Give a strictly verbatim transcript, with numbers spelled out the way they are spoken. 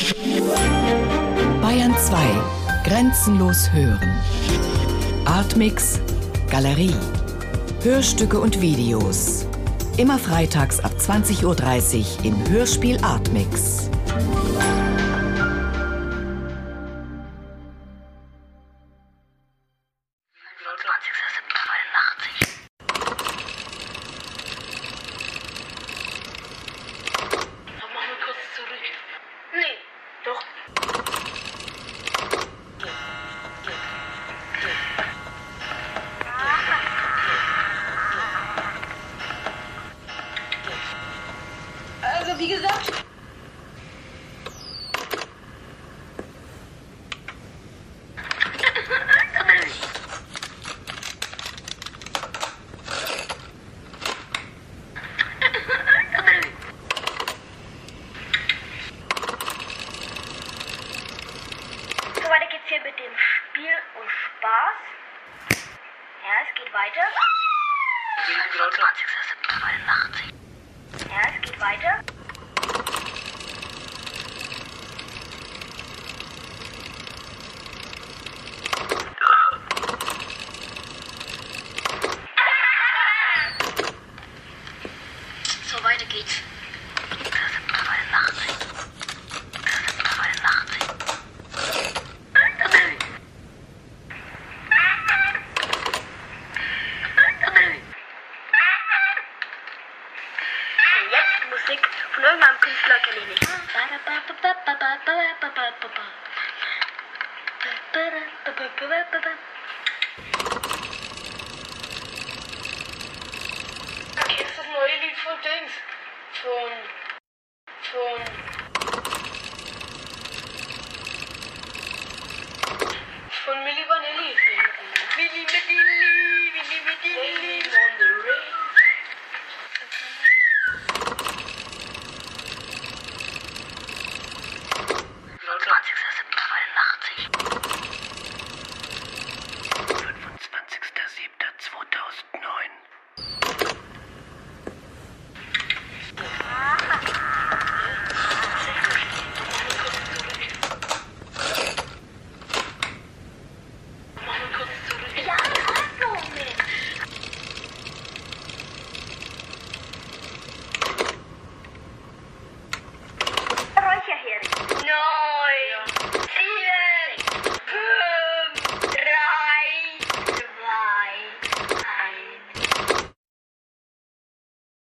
Bayern zwei. Grenzenlos hören. Artmix Galerie. Hörstücke und Videos. Immer freitags ab zwanzig Uhr dreißig im Hörspiel Artmix. Wie gesagt. So, weiter geht's hier mit dem Spiel und Spaß. Ja, es geht weiter. fünfundzwanzigster September einundachtzig. Ja, es geht weiter. So, weiter geht's. Jetzt Musik von irgendeinem Künstler, kenne ich nicht. Jetzt das neue Lied von Dings. Von